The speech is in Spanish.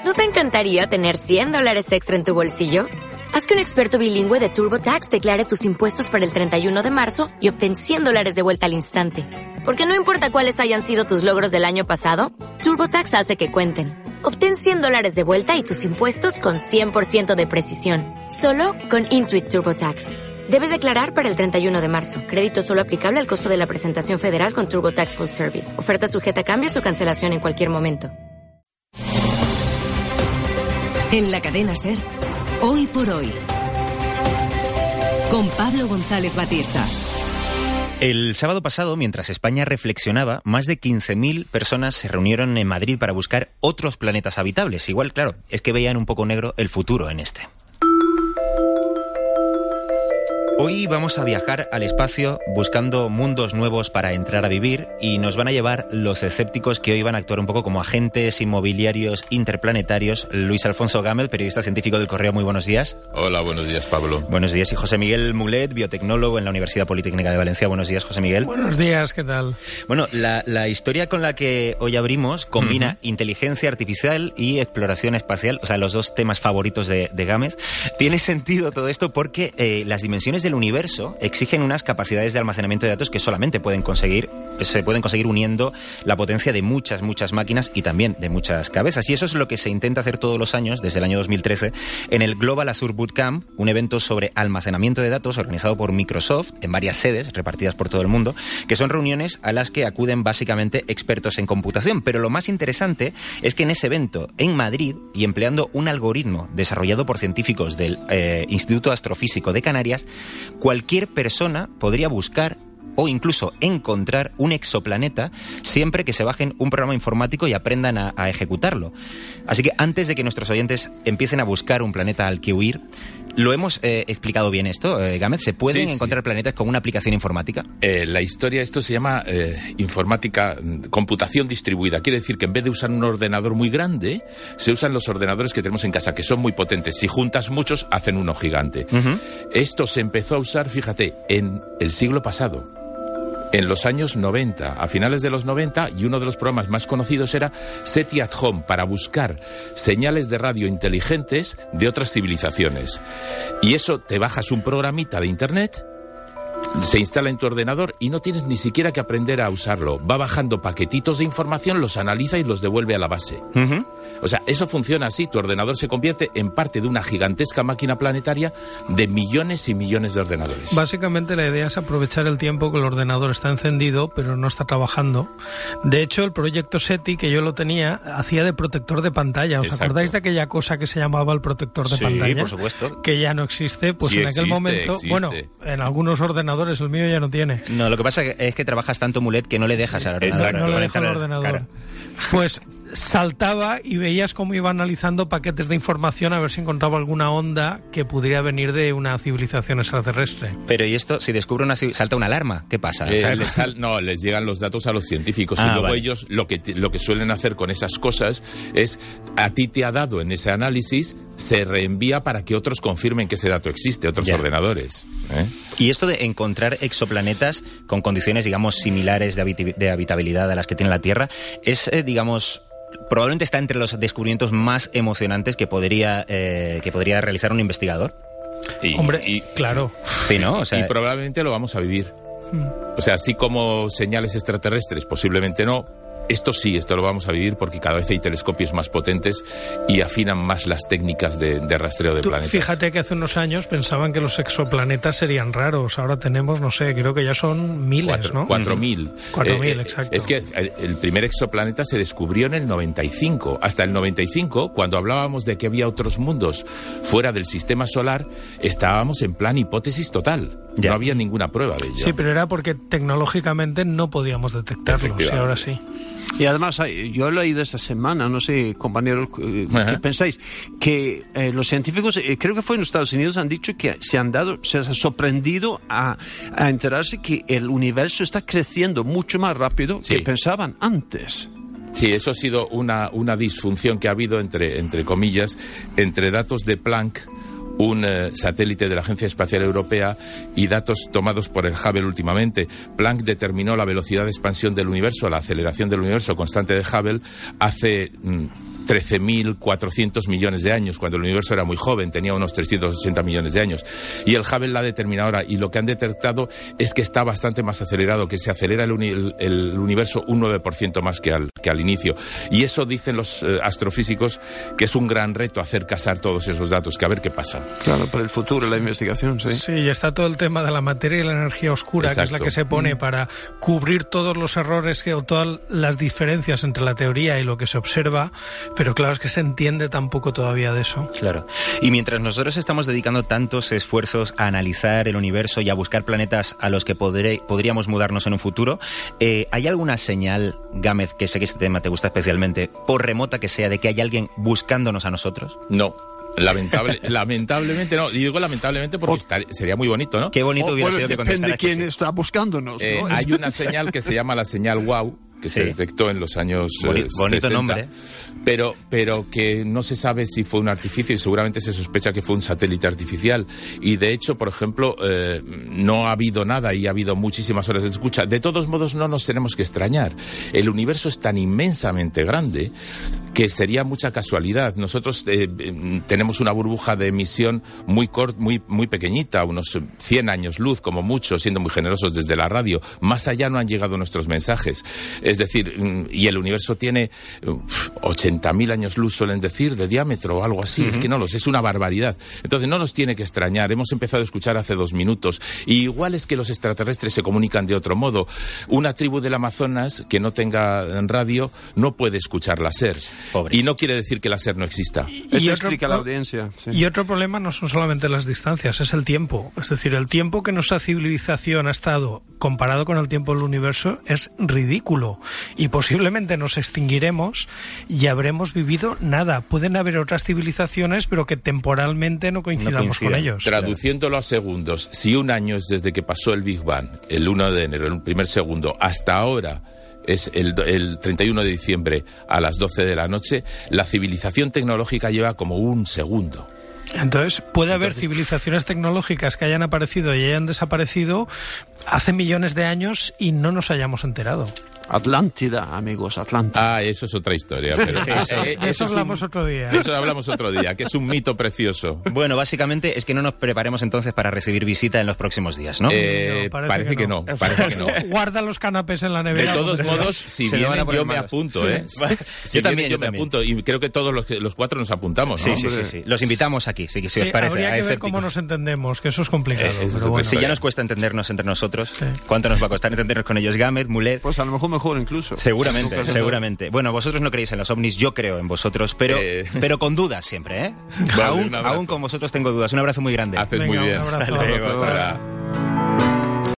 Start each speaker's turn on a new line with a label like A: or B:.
A: ¿No te encantaría tener $100 extra en tu bolsillo? Haz que un experto bilingüe de TurboTax declare tus impuestos para el 31 de marzo y obtén $100 de vuelta al instante. Porque no importa cuáles hayan sido tus logros del año pasado, TurboTax hace que cuenten. Obtén $100 de vuelta y tus impuestos con 100% de precisión. Solo con Intuit TurboTax. Debes declarar para el 31 de marzo. Crédito solo aplicable al costo de la presentación federal con TurboTax Full Service. Oferta sujeta a cambios o cancelación en cualquier momento.
B: En la cadena SER, Hoy por Hoy, con Pablo González Batista.
C: El sábado pasado, mientras España reflexionaba, más de 15.000 personas se reunieron en Madrid para buscar otros planetas habitables. Igual, claro, es que veían un poco negro el futuro en este. Hoy vamos a viajar al espacio buscando mundos nuevos para entrar a vivir y nos van a llevar los escépticos que hoy van a actuar un poco como agentes inmobiliarios interplanetarios. Luis Alfonso Gámez, periodista científico del Correo, muy buenos días.
D: Hola, buenos días, Pablo.
C: Buenos días. Y José Miguel Mulet, biotecnólogo en la Universidad Politécnica de Valencia. Buenos días, José Miguel.
E: Buenos días, ¿qué tal?
C: Bueno, la historia con la que hoy abrimos combina inteligencia artificial y exploración espacial, o sea, los dos temas favoritos de Gámez. Tiene sentido todo esto porque las dimensiones del universo exigen unas capacidades de almacenamiento de datos que solamente se pueden conseguir uniendo la potencia de muchas máquinas y también de muchas cabezas. Y eso es lo que se intenta hacer todos los años, desde el año 2013, en el Global Azure Bootcamp, un evento sobre almacenamiento de datos organizado por Microsoft en varias sedes repartidas por todo el mundo, que son reuniones a las que acuden básicamente expertos en computación. Pero lo más interesante es que en ese evento, en Madrid, y empleando un algoritmo desarrollado por científicos del Instituto Astrofísico de Canarias, cualquier persona podría buscar o incluso encontrar un exoplaneta siempre que se bajen un programa informático y aprendan a ejecutarlo. Así que antes de que nuestros oyentes empiecen a buscar un planeta al que huir, ¿lo hemos explicado bien esto, Gámez? ¿Se pueden encontrar planetas con una aplicación informática?
D: La historia, esto se llama informática, computación distribuida. Quiere decir que en vez de usar un ordenador muy grande, se usan los ordenadores que tenemos en casa, que son muy potentes. Si juntas muchos, hacen uno gigante. Esto se empezó a usar, fíjate, en el siglo pasado. En los años 90, a finales de los 90, y uno de los programas más conocidos era SETI at Home, para buscar señales de radio inteligentes de otras civilizaciones. Y eso, te bajas un programita de Internet, se instala en tu ordenador y no tienes ni siquiera que aprender a usarlo. Va bajando paquetitos de información, los analiza y los devuelve a la base. O sea, eso funciona así. Tu ordenador se convierte en parte de una gigantesca máquina planetaria de millones y millones de ordenadores.
E: Básicamente la idea es aprovechar el tiempo que el ordenador está encendido pero no está trabajando. De hecho, el proyecto SETI, que yo lo tenía, hacía de protector de pantalla. ¿Os acordáis de aquella cosa que se llamaba el protector de pantalla?
C: Sí, por supuesto.
E: Que ya no existe. Pues
D: sí,
E: en aquel momento, bueno, en algunos ordenadores, el mío ya no tiene.
C: No, lo que pasa es que trabajas tanto, Mulet, que no le dejas al ordenador.
E: Exacto, no le dejo al ordenador. Claro. Pues saltaba y veías cómo iba analizando paquetes de información a ver si encontraba alguna onda que pudiera venir de una civilización extraterrestre.
C: Pero ¿y esto? Si descubre salta una alarma, ¿qué pasa?
D: No, les llegan los datos a los científicos y luego ellos lo que suelen hacer con esas cosas es, a ti te ha dado en ese análisis, se reenvía para que otros confirmen que ese dato existe, otros ordenadores.
C: Y esto de encontrar exoplanetas con condiciones, digamos, similares de habitabilidad a las que tiene la Tierra, es, digamos, probablemente está entre los descubrimientos más emocionantes que podría realizar un investigador.
E: Claro.
C: Sí, ¿no? O sea,
D: y probablemente lo vamos a vivir. O sea, así como señales extraterrestres, posiblemente no. Esto lo vamos a vivir porque cada vez hay telescopios más potentes y afinan más las técnicas de rastreo de planetas.
E: Fíjate que hace unos años pensaban que los exoplanetas serían raros. Ahora tenemos, no sé, creo que ya son miles, ¿no?
D: 4.000.
E: 4.000, exacto.
D: Es que el primer exoplaneta se descubrió en el 95. Hasta el 95, cuando hablábamos de que había otros mundos fuera del sistema solar, estábamos en plan hipótesis total. No había ninguna prueba de ello.
E: Sí, pero era porque tecnológicamente no podíamos detectarlo. Sí, ahora sí.
F: Y además, yo he leído esta semana, no sé, compañeros, ¿qué pensáis? Que los científicos, creo que fue en Estados Unidos, han dicho que se han sorprendido a enterarse que el universo está creciendo mucho más rápido que pensaban antes.
D: Sí, eso ha sido una disfunción que ha habido, entre comillas, entre datos de Planck, un satélite de la Agencia Espacial Europea, y datos tomados por el Hubble últimamente. Planck determinó la velocidad de expansión del universo, la aceleración del universo constante de Hubble, hace 13.400 millones de años, cuando el universo era muy joven, tenía unos 380 millones de años. Y el Hubble la determina ahora, y lo que han detectado es que está bastante más acelerado, que se acelera el universo un 9% más que al inicio. Y eso dicen los astrofísicos que es un gran reto hacer casar todos esos datos, que a ver qué pasa.
F: Claro, para el futuro, la investigación, sí.
E: Sí, y está todo el tema de la materia y la energía oscura, exacto, que es la que se pone para cubrir todos los errores o todas las diferencias entre la teoría y lo que se observa, pero claro, es que se entiende tan poco todavía de eso.
C: Claro. Y mientras nosotros estamos dedicando tantos esfuerzos a analizar el universo y a buscar planetas a los que podríamos mudarnos en un futuro, ¿hay alguna señal, Gámez, que sé que este tema te gusta especialmente, por remota que sea, de que hay alguien buscándonos a nosotros?
D: No. Lamentablemente no. Y digo lamentablemente porque sería muy bonito, ¿no?
C: Qué bonito hubiera sido que contestara.
F: Depende de quién está buscándonos, ¿no?
D: Hay una señal que se llama la señal WOW, que se detectó en los años
C: bonito
D: 60,
C: nombre.
D: pero que no se sabe si fue un artificio, y seguramente se sospecha que fue un satélite artificial. Y de hecho, por ejemplo, no ha habido nada y ha habido muchísimas horas de escucha. De todos modos, no nos tenemos que extrañar. El universo es tan inmensamente grande que sería mucha casualidad. Nosotros tenemos una burbuja de emisión muy pequeñita, unos 100 años luz como mucho, siendo muy generosos desde la radio. Más allá no han llegado nuestros mensajes. Es decir, y el universo tiene 80.000 años luz, suelen decir, de diámetro o algo así. Es que no lo sé, es una barbaridad. Entonces no nos tiene que extrañar. Hemos empezado a escuchar hace 2 minutos. Y igual es que los extraterrestres se comunican de otro modo. Una tribu del Amazonas que no tenga radio no puede escuchar láser. Pobres. Y no quiere decir que el láser no exista.
F: Eso explica la audiencia. Sí.
E: Y otro problema no son solamente las distancias, es el tiempo. Es decir, el tiempo que nuestra civilización ha estado comparado con el tiempo del universo es ridículo. Y posiblemente nos extinguiremos y habremos vivido nada. Pueden haber otras civilizaciones, pero que temporalmente no coincidamos con ellos.
D: Traduciéndolo a segundos, si un año es desde que pasó el Big Bang, el 1 de enero, el primer segundo, hasta ahora es el 31 de diciembre a las 12 de la noche, la civilización tecnológica lleva como un segundo.
E: Entonces, puede haber civilizaciones tecnológicas que hayan aparecido y hayan desaparecido hace millones de años y no nos hayamos enterado.
F: Atlántida, amigos, Atlántida.
D: Eso es otra historia. Pero
E: eso hablamos otro día.
D: De eso hablamos otro día, que es un mito precioso.
C: Bueno, básicamente es que no nos preparemos entonces para recibir visita en los próxos días, ¿no?
D: Parece que no.
E: Guarda los canapés en la nevera.
D: De todos modos, si vienen yo me apunto, ¿eh?
C: Yo también
D: me apunto, y creo que todos los 4 nos apuntamos, ¿no?
C: Sí. Los invitamos aquí, si os parece.
E: Habría que ver cómo nos entendemos, que eso es complicado. Pero bueno.
C: Si ya nos cuesta entendernos entre nosotros, ¿cuánto nos va a costar entendernos con ellos? Gámez, Mulet.
F: Pues a lo mejor incluso.
C: Seguramente. Bueno, vosotros no creéis en los ovnis, yo creo en vosotros, pero con dudas siempre, ¿eh?
D: Vale,
C: aún con vosotros tengo dudas. Un abrazo muy grande.
D: Haces muy bien.
E: Un abrazo.
D: Hasta luego.